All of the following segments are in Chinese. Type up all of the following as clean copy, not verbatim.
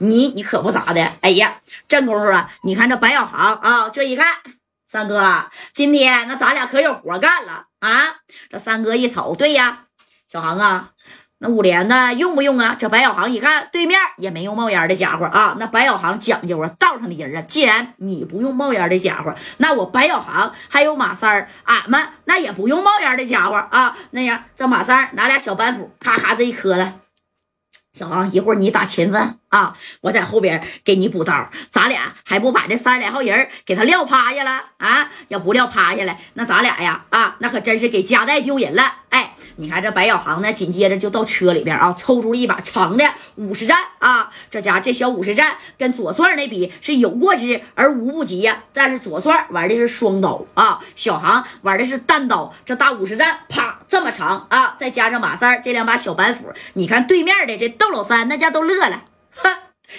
你可不咋的。哎呀，这功夫啊，你看这白小航啊，这一看，三哥，今天那咱俩可有活干了啊！这三哥一瞅，对呀，小航啊，那五连呢用不用啊？这白小航一看，对面也没用冒烟的家伙啊。那白小航讲究啊，道上的人啊，既然你不用冒烟的家伙，那我白小航还有马三儿，俺们那也不用冒烟的家伙啊。那样，这马三儿拿俩小板斧，咔咔这一磕了。小航，一会儿你打前分啊，我在后边给你补刀，咱俩还不把这30来号人给他撂趴下了啊？要不撂趴下来，那咱俩呀啊，那可真是给夹带丢人了。哎，你看这白小航呢，紧接着就到车里边啊，抽出一把长的50战啊，这小50战跟左帅那比是有过之而无不及呀。但是左帅玩的是双刀啊，小航玩的是单刀，这大50战啪这么长啊，再加上马三这2把小板斧，你看对面的这窦老三那家都乐了，哈，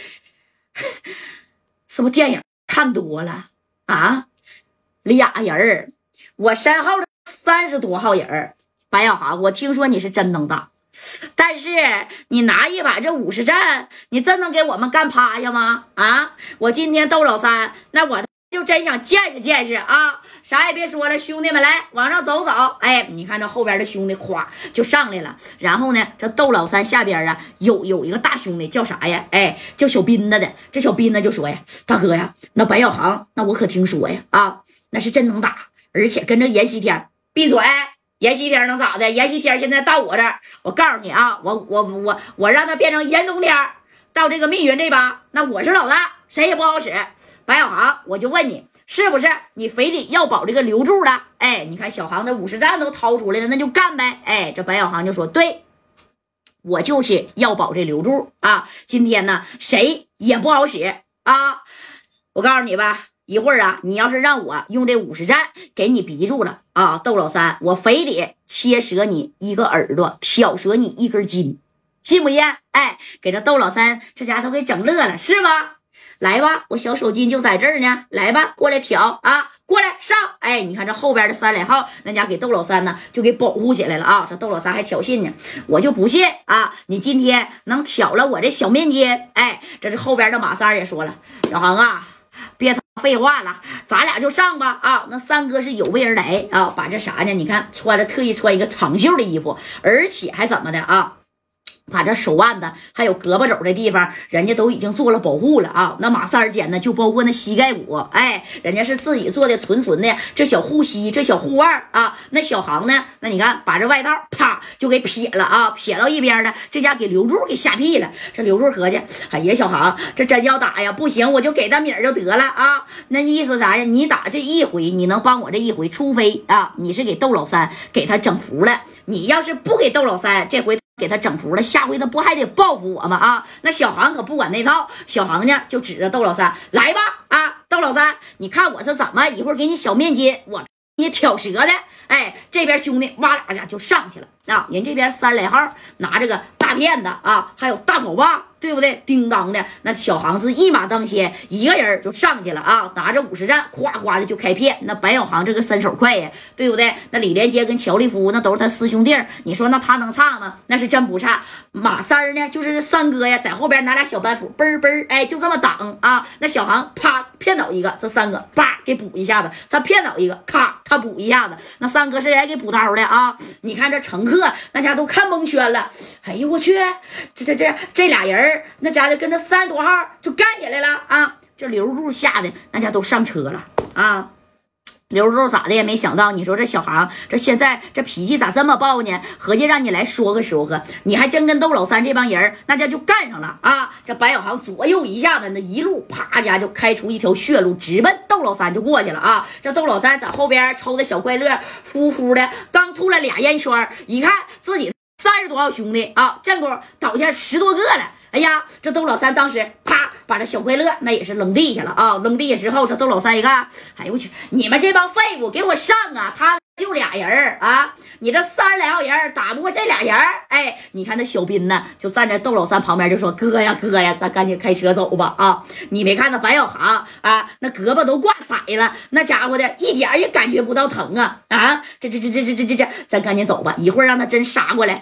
是不是电影看多了啊？俩人，我身后30多号人。白小航，我听说你是真能打，但是你拿一把这50战，你真能给我们干趴下吗？啊，我今天窦老三，那我就真想见识见识啊！啥也别说了，兄弟们来往上走走。哎，你看这后边的兄弟咵就上来了，然后呢，这窦老三下边啊有一个大兄弟叫啥呀？哎，叫小斌子的。这小斌子就说呀：“大哥呀，那白小航，那我可听说呀，啊，那是真能打，而且跟着阎锡天。”闭嘴！阎锡天能咋的？阎锡天现在到我这儿，我告诉你啊，我让他变成阎冬天，到这个密云这把，那我是老大，谁也不好使。白小航，我就问你，是不是你非得要保这个留住了？哎，你看小航的50战都掏出来了，那就干呗。哎，这白小航就说，对，我就是要保这留住啊。今天呢，谁也不好使啊。我告诉你吧，一会儿啊，你要是让我用这50战给你逼住了啊，窦老三，我非得切折你一个耳朵，挑折你一根筋，信不信？哎，给这窦老三这家都给整乐了，是吧？来吧，我小手筋就在这儿呢，来吧，过来挑啊，过来上！哎，你看这后边的30来号，那家给窦老三呢就给保护起来了啊。这窦老三还挑衅呢，我就不信啊，你今天能挑了我这小面筋？哎，这是后边的马三也说了，小航啊，别废话了，咱俩就上吧啊！那三哥是有备而来啊，把这啥呢？你看特意穿一个长袖的衣服，而且还怎么的啊？把这手腕子还有胳膊肘的地方，人家都已经做了保护了啊。那马三肩呢，就包括那膝盖骨，哎，人家是自己做的纯的这小护膝，这小护腕啊。那小航呢，那你看把这外套啪就给撇了啊，撇到一边了，这家给刘柱给吓屁了。这刘柱合计，哎呀，小航这真要打呀，不行，我就给他米儿就得了啊。那意思啥呀？你打这一回，你能帮我这一回，除非啊，你是给窦老三给他整服了。你要是不给窦老三，这回给他整服了，下回他不还得报复我吗？啊，那小航可不管那套，小航呢就指着窦老三，来吧啊，窦老三，你看我是怎么一会儿给你小面筋，我给你挑舌的。哎，这边兄弟哇啦家就上去了啊，人这边30来号拿着个大片子啊，还有大镐把，对不对？叮当的，那小航是一马当先，一个人就上去了啊，拿着50战，哗哗的就开片。那白小航这个身手快呀，对不对？那李连杰跟乔立夫那都是他师兄弟，你说那他能差吗？那是真不差。马三呢，就是三哥呀，在后边拿俩小板斧，嘣嘣，哎，就这么挡啊。那小航啪骗倒一个，这三哥啪给补一下子，他骗倒一个，咔他补一下子。那三哥是来给补刀的啊！你看这乘客那家都看蒙圈了，哎呦我去，这俩人那家的跟那30多号就干起来了啊！这刘柱吓得那家都上车了啊！刘柱咋的也没想到，你说这小航这现在这脾气咋这么暴呢？合计让你来说个说个，你还真跟窦老三这帮人那家就干上了啊！这白小航左右一下子，那一路啪家就开出一条血路，直奔窦老三就过去了啊！这窦老三在后边抽的小快乐，呼呼的刚吐了俩烟圈，一看自己30多号兄弟啊，正功倒下10多个了。哎呀，这窦老三当时啪把这小快乐那也是扔地下了啊！扔地下之后，这窦老三一看，哎呦我去，你们这帮废物给我上啊！他就俩人啊，你这30来号人打不过这俩人。哎，你看那小斌呢，就站在窦老三旁边就说：“哥呀，咱赶紧开车走吧啊！你没看到白小航啊，那胳膊都挂色了，那家伙的一点也感觉不到疼啊！啊，这，咱赶紧走吧，一会儿让他真杀过来，咱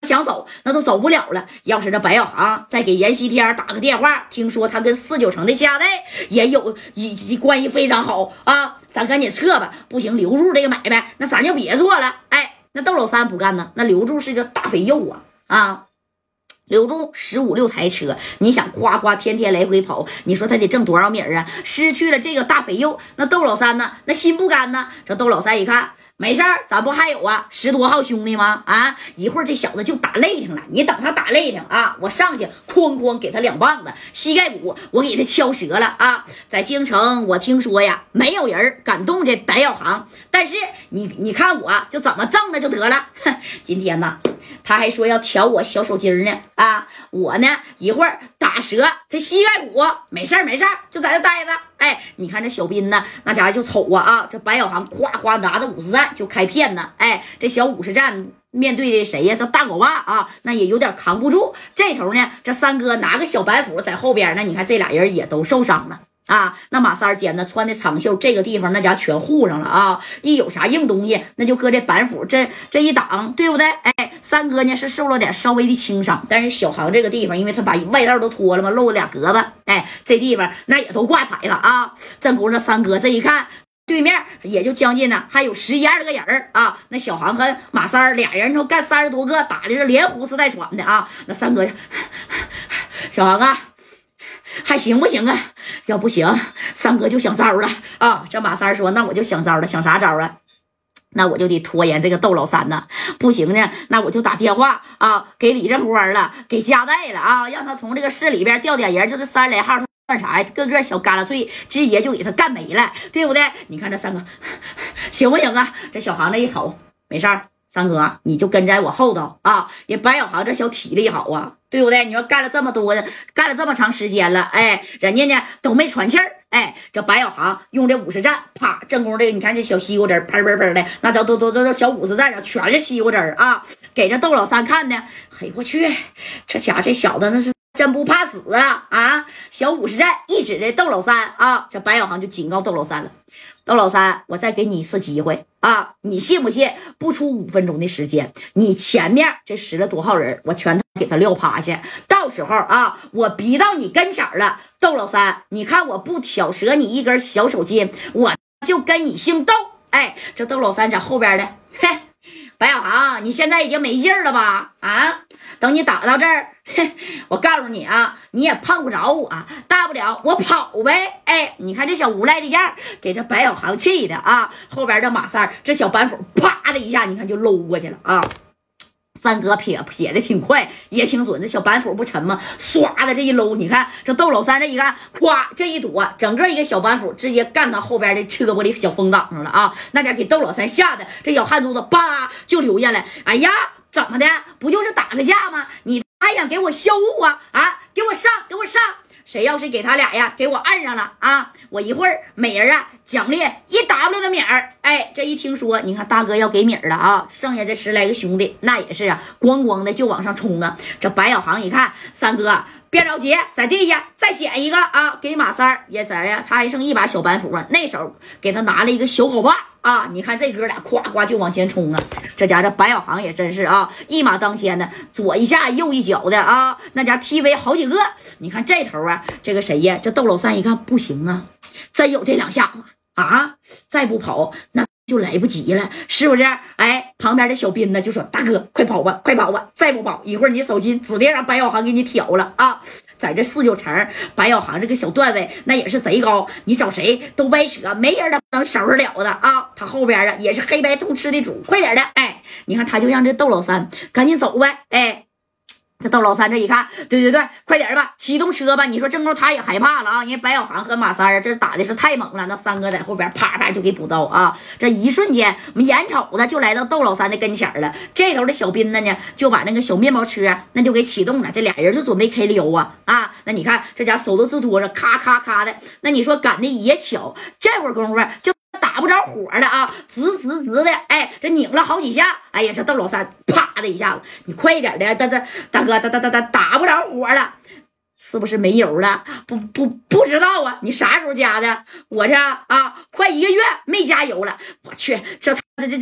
想走那都走不了了。要是这白小航再给阎锡天打个电话，听说他跟4、9成的家代也有关系非常好啊，咱赶紧撤吧。不行，留住这个买卖，那咱就别做了。哎，那窦老三不干呢，那留住是个大肥肉啊。留住15、16台车，你想夸夸天天来回跑，你说他得挣多少米啊？失去了这个大肥肉，那窦老三呢？那心不甘呢？这窦老三一看，没事儿，咱不还有啊10多号兄弟吗？啊，一会儿这小子就打累挺了，你等他打累挺啊，我上去哐哐给他2棒子，膝盖骨我给他敲折了啊！在京城，我听说呀，没有人敢动这白小航，但是你看我就怎么挣的就得了。今天呢，他还说要挑我小手筋呢啊！我呢一会儿打折他膝盖骨，没事儿，就在这待着。哎，你看这小兵呢，那家伙就瞅啊，这白小航夸夸拿着50战就开片呢。哎，这小50战面对的谁呀？这大狗爸啊，那也有点扛不住。这头呢，这三哥拿个小板斧在后边呢，你看这俩人也都受伤了。啊，那马三尖呢穿的长袖，这个地方那家全护上了啊！一有啥硬东西，那就搁这板斧这一挡，对不对？哎，三哥呢是受了点稍微的轻伤，但是小航这个地方，因为他把外套都脱了嘛，露了俩胳膊，哎，这地方那也都挂彩了啊！正宫这三哥这一看，对面也就将近呢，还有11、12个人啊！那小航和马三俩人都干30多个，打的是连呼哧带喘的啊！那三哥，小航啊。还行不行啊？要不行，三哥就想招了啊！这马三说：“那我就想招了，想啥招啊？那我就得拖延这个窦老三呐。不行呢，那我就打电话啊，给李正官了，给家代了啊，让他从这个市里边调点人，就这30来号，他干啥呀？个个小旮旯脆，直接就给他干没了，对不对？你看这三哥行不行啊？这小航这一瞅，没事儿。”三哥，你就跟在我后头啊！人白小航这小体力好啊，对不对？你说干了这么多的，干了这么长时间了，哎，人家呢都没喘气儿，哎，这白小航用这50战，啪，正宫这你看这小西瓜汁喷喷喷的，那都小50战上全是西瓜汁啊，给这窦老三看的，嘿，我去，这家这小子那是真不怕死啊！啊，小50战一指这窦老三啊，这白小航就警告窦老三了。窦老三，我再给你一次机会啊！你信不信？不出5分钟的时间，你前面这10来多号人，我全给他撂趴下。到时候啊，我逼到你跟前了，窦老三，你看我不挑折你一根小手筋，我就跟你姓窦。哎，这窦老三在后边的，嘿，白小航，你现在已经没劲儿了吧？啊，等你打到这儿，我告诉你啊，你也碰不着我，大不了我跑呗。哎，你看这小无赖的样，给这白小航气的啊！后边的马三这小板斧啪的一下，你看就搂过去了啊！三哥撇的挺快，也挺准，这小板斧不沉吗？唰的这一搂，你看这窦老三这一看，咵这一躲，整个一个小板斧直接干到后边的车玻璃小风挡上了啊！那家给窦老三吓得这小汗珠子叭就流下来。哎呀，怎么的？不就是打个架吗？你还想给我销户啊？啊，给我上！谁要是给他俩呀，给我按上了啊，我一会儿每人啊奖励1W 的米儿。哎，这一听说，你看大哥要给米儿了啊，剩下这10来个兄弟那也是啊，咣咣的就往上冲啊。这白小航一看，三哥别着急，在地下再捡一个啊，给马三也在呀，他还剩一把小板斧啊，那手给他拿了一个小镐把啊。你看这哥俩夸夸就往前冲啊，这家这白小航也真是啊，一马当先的，左一下右一脚的啊，那家踢飞好几个。你看这头啊，这个谁呀？这窦老三一看不行啊，真有这2下子啊，再不跑那就来不及了，是不是？哎，旁边的小兵呢就说：“大哥，快跑吧，再不跑，一会儿你手筋指定让白小航给你挑了啊！”在这4、9成，白小航这个小段位那也是贼高，你找谁都掰扯，没人能收拾了的啊！他后边啊也是黑白通吃的主，快点的！哎，你看他就让这窦老三赶紧走呗，哎。这窦老三这一看，对，快点吧，启动车吧！你说正宫他也害怕了啊，因为白小航和马三这打的是太猛了，那三哥在后边啪啪就给补刀啊！这一瞬间，我们眼瞅着就来到窦老三的跟前了。这头的小兵呢就把那个小面包车那就给启动了，这俩人就准备开溜啊！那你看这家手都直哆嗦，咔咔咔的。那你说赶的也巧，这会儿功夫就打不着火了啊，直的，哎，这拧了好几下，哎呀，这窦老三啪的一下子，你快一点的，大哥，打不着火了，是不是没油了？不知道啊，你啥时候加的？我这啊，快1个月没加油了，我去，这，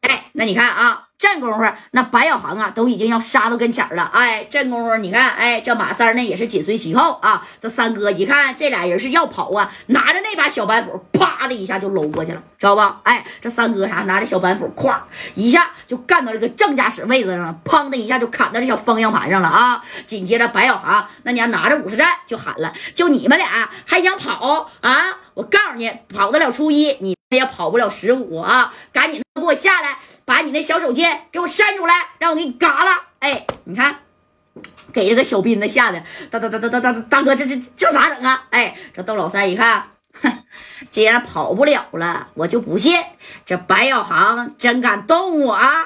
哎，那你看啊，这功夫那白小航啊都已经要杀到跟前了。哎，这功夫你看，哎，这马三呢也是紧随其后啊。这三哥一看这俩人是要跑啊，拿着那把小板斧，啪的一下就搂过去了，知道吧？哎，这三哥啥拿着小板斧，咵一下就干到这个正驾驶位置上了，砰的一下就砍到这小方向盘上了啊。紧接着白小航那家拿着50战就喊了：“就你们俩还想跑啊？我告诉你，跑得了初一，你也跑不了15啊！赶紧给我下来，把你那小手剑给我伸出来，让我给你嘎了！”哎，你看，给这个小斌子吓得，大哥，这咋整啊？哎，这窦老三一看，哼，既然跑不了了，我就不信这白小航真敢动我啊！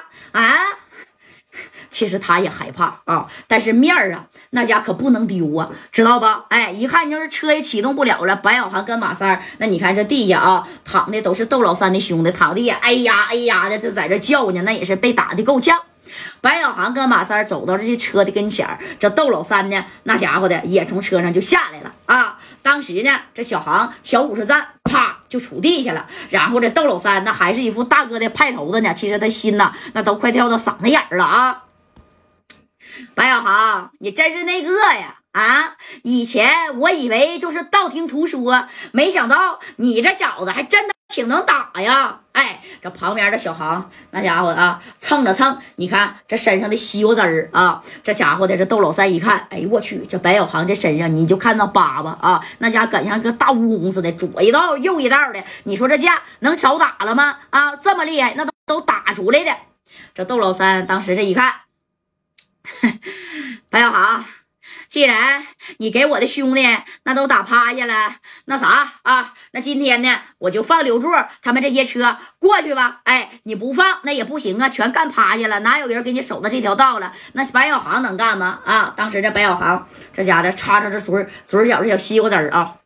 其实他也害怕啊，但是面儿啊，那家可不能丢啊，知道吧？哎，一看就是车也启动不了了。白小航跟马三，那你看这地下啊，躺的都是窦老三的兄弟，躺的也哎呀的，就在这叫呢，那也是被打的够呛。白小航跟马三走到这车的跟前，这窦老三呢，那家伙的也从车上就下来了啊。当时呢，这小航小50战啪就杵地下了，然后这窦老三那还是一副大哥的派头子呢，其实他心呐那都快跳到嗓子眼儿了啊。白小航，你真是那个呀！啊，以前我以为就是道听途说，没想到你这小子还真的挺能打呀！哎，这旁边的小航那家伙啊，蹭着蹭，你看这身上的西瓜汁儿啊，这家伙的这窦老三一看，哎呦我去，这白小航这身上你就看到疤吧啊，那家敢像个大蜈蚣似的，左一道右一道的，你说这架能少打了吗？啊，这么厉害，那都打出来的。这窦老三当时这一看。白小航，既然你给我的兄弟那都打趴下了，那啥啊，那今天呢我就放刘柱他们这些车过去吧。哎，你不放那也不行啊，全干趴下了，哪有人给你守到这条道了？那白小航能干吗？啊，当时这白小航这家的插着这嘴角这小西瓜籽儿啊，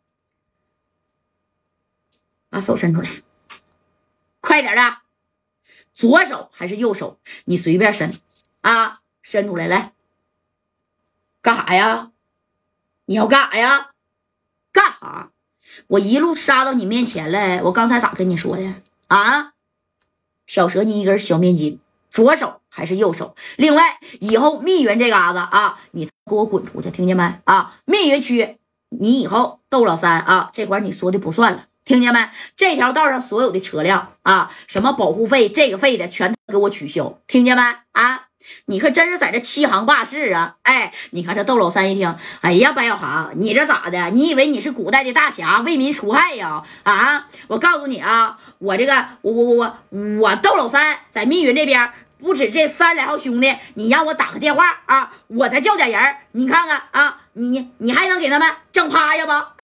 把手伸出来，快点的，左手还是右手，你随便伸啊。伸出来，来干啥呀？你要干啥呀？干啥？我一路杀到你面前来，我刚才咋跟你说的啊？挑折你一根小面筋，左手还是右手？另外，以后密云这嘎子啊，你给我滚出去，听见没？啊，密云区，你以后窦老三啊，这块你说的不算了，听见没？这条道上所有的车辆啊，什么保护费、这个费的，全给我取消，听见没？啊！你可真是在这欺行霸市啊！哎，你看这窦老三一听，哎呀，白小航，你这咋的？你以为你是古代的大侠，为民除害呀？啊！我告诉你啊，我这个我窦老三在密云这边，不止这30来号兄弟，你让我打个电话啊，我再叫点人，你看看啊，你还能给他们整趴下不？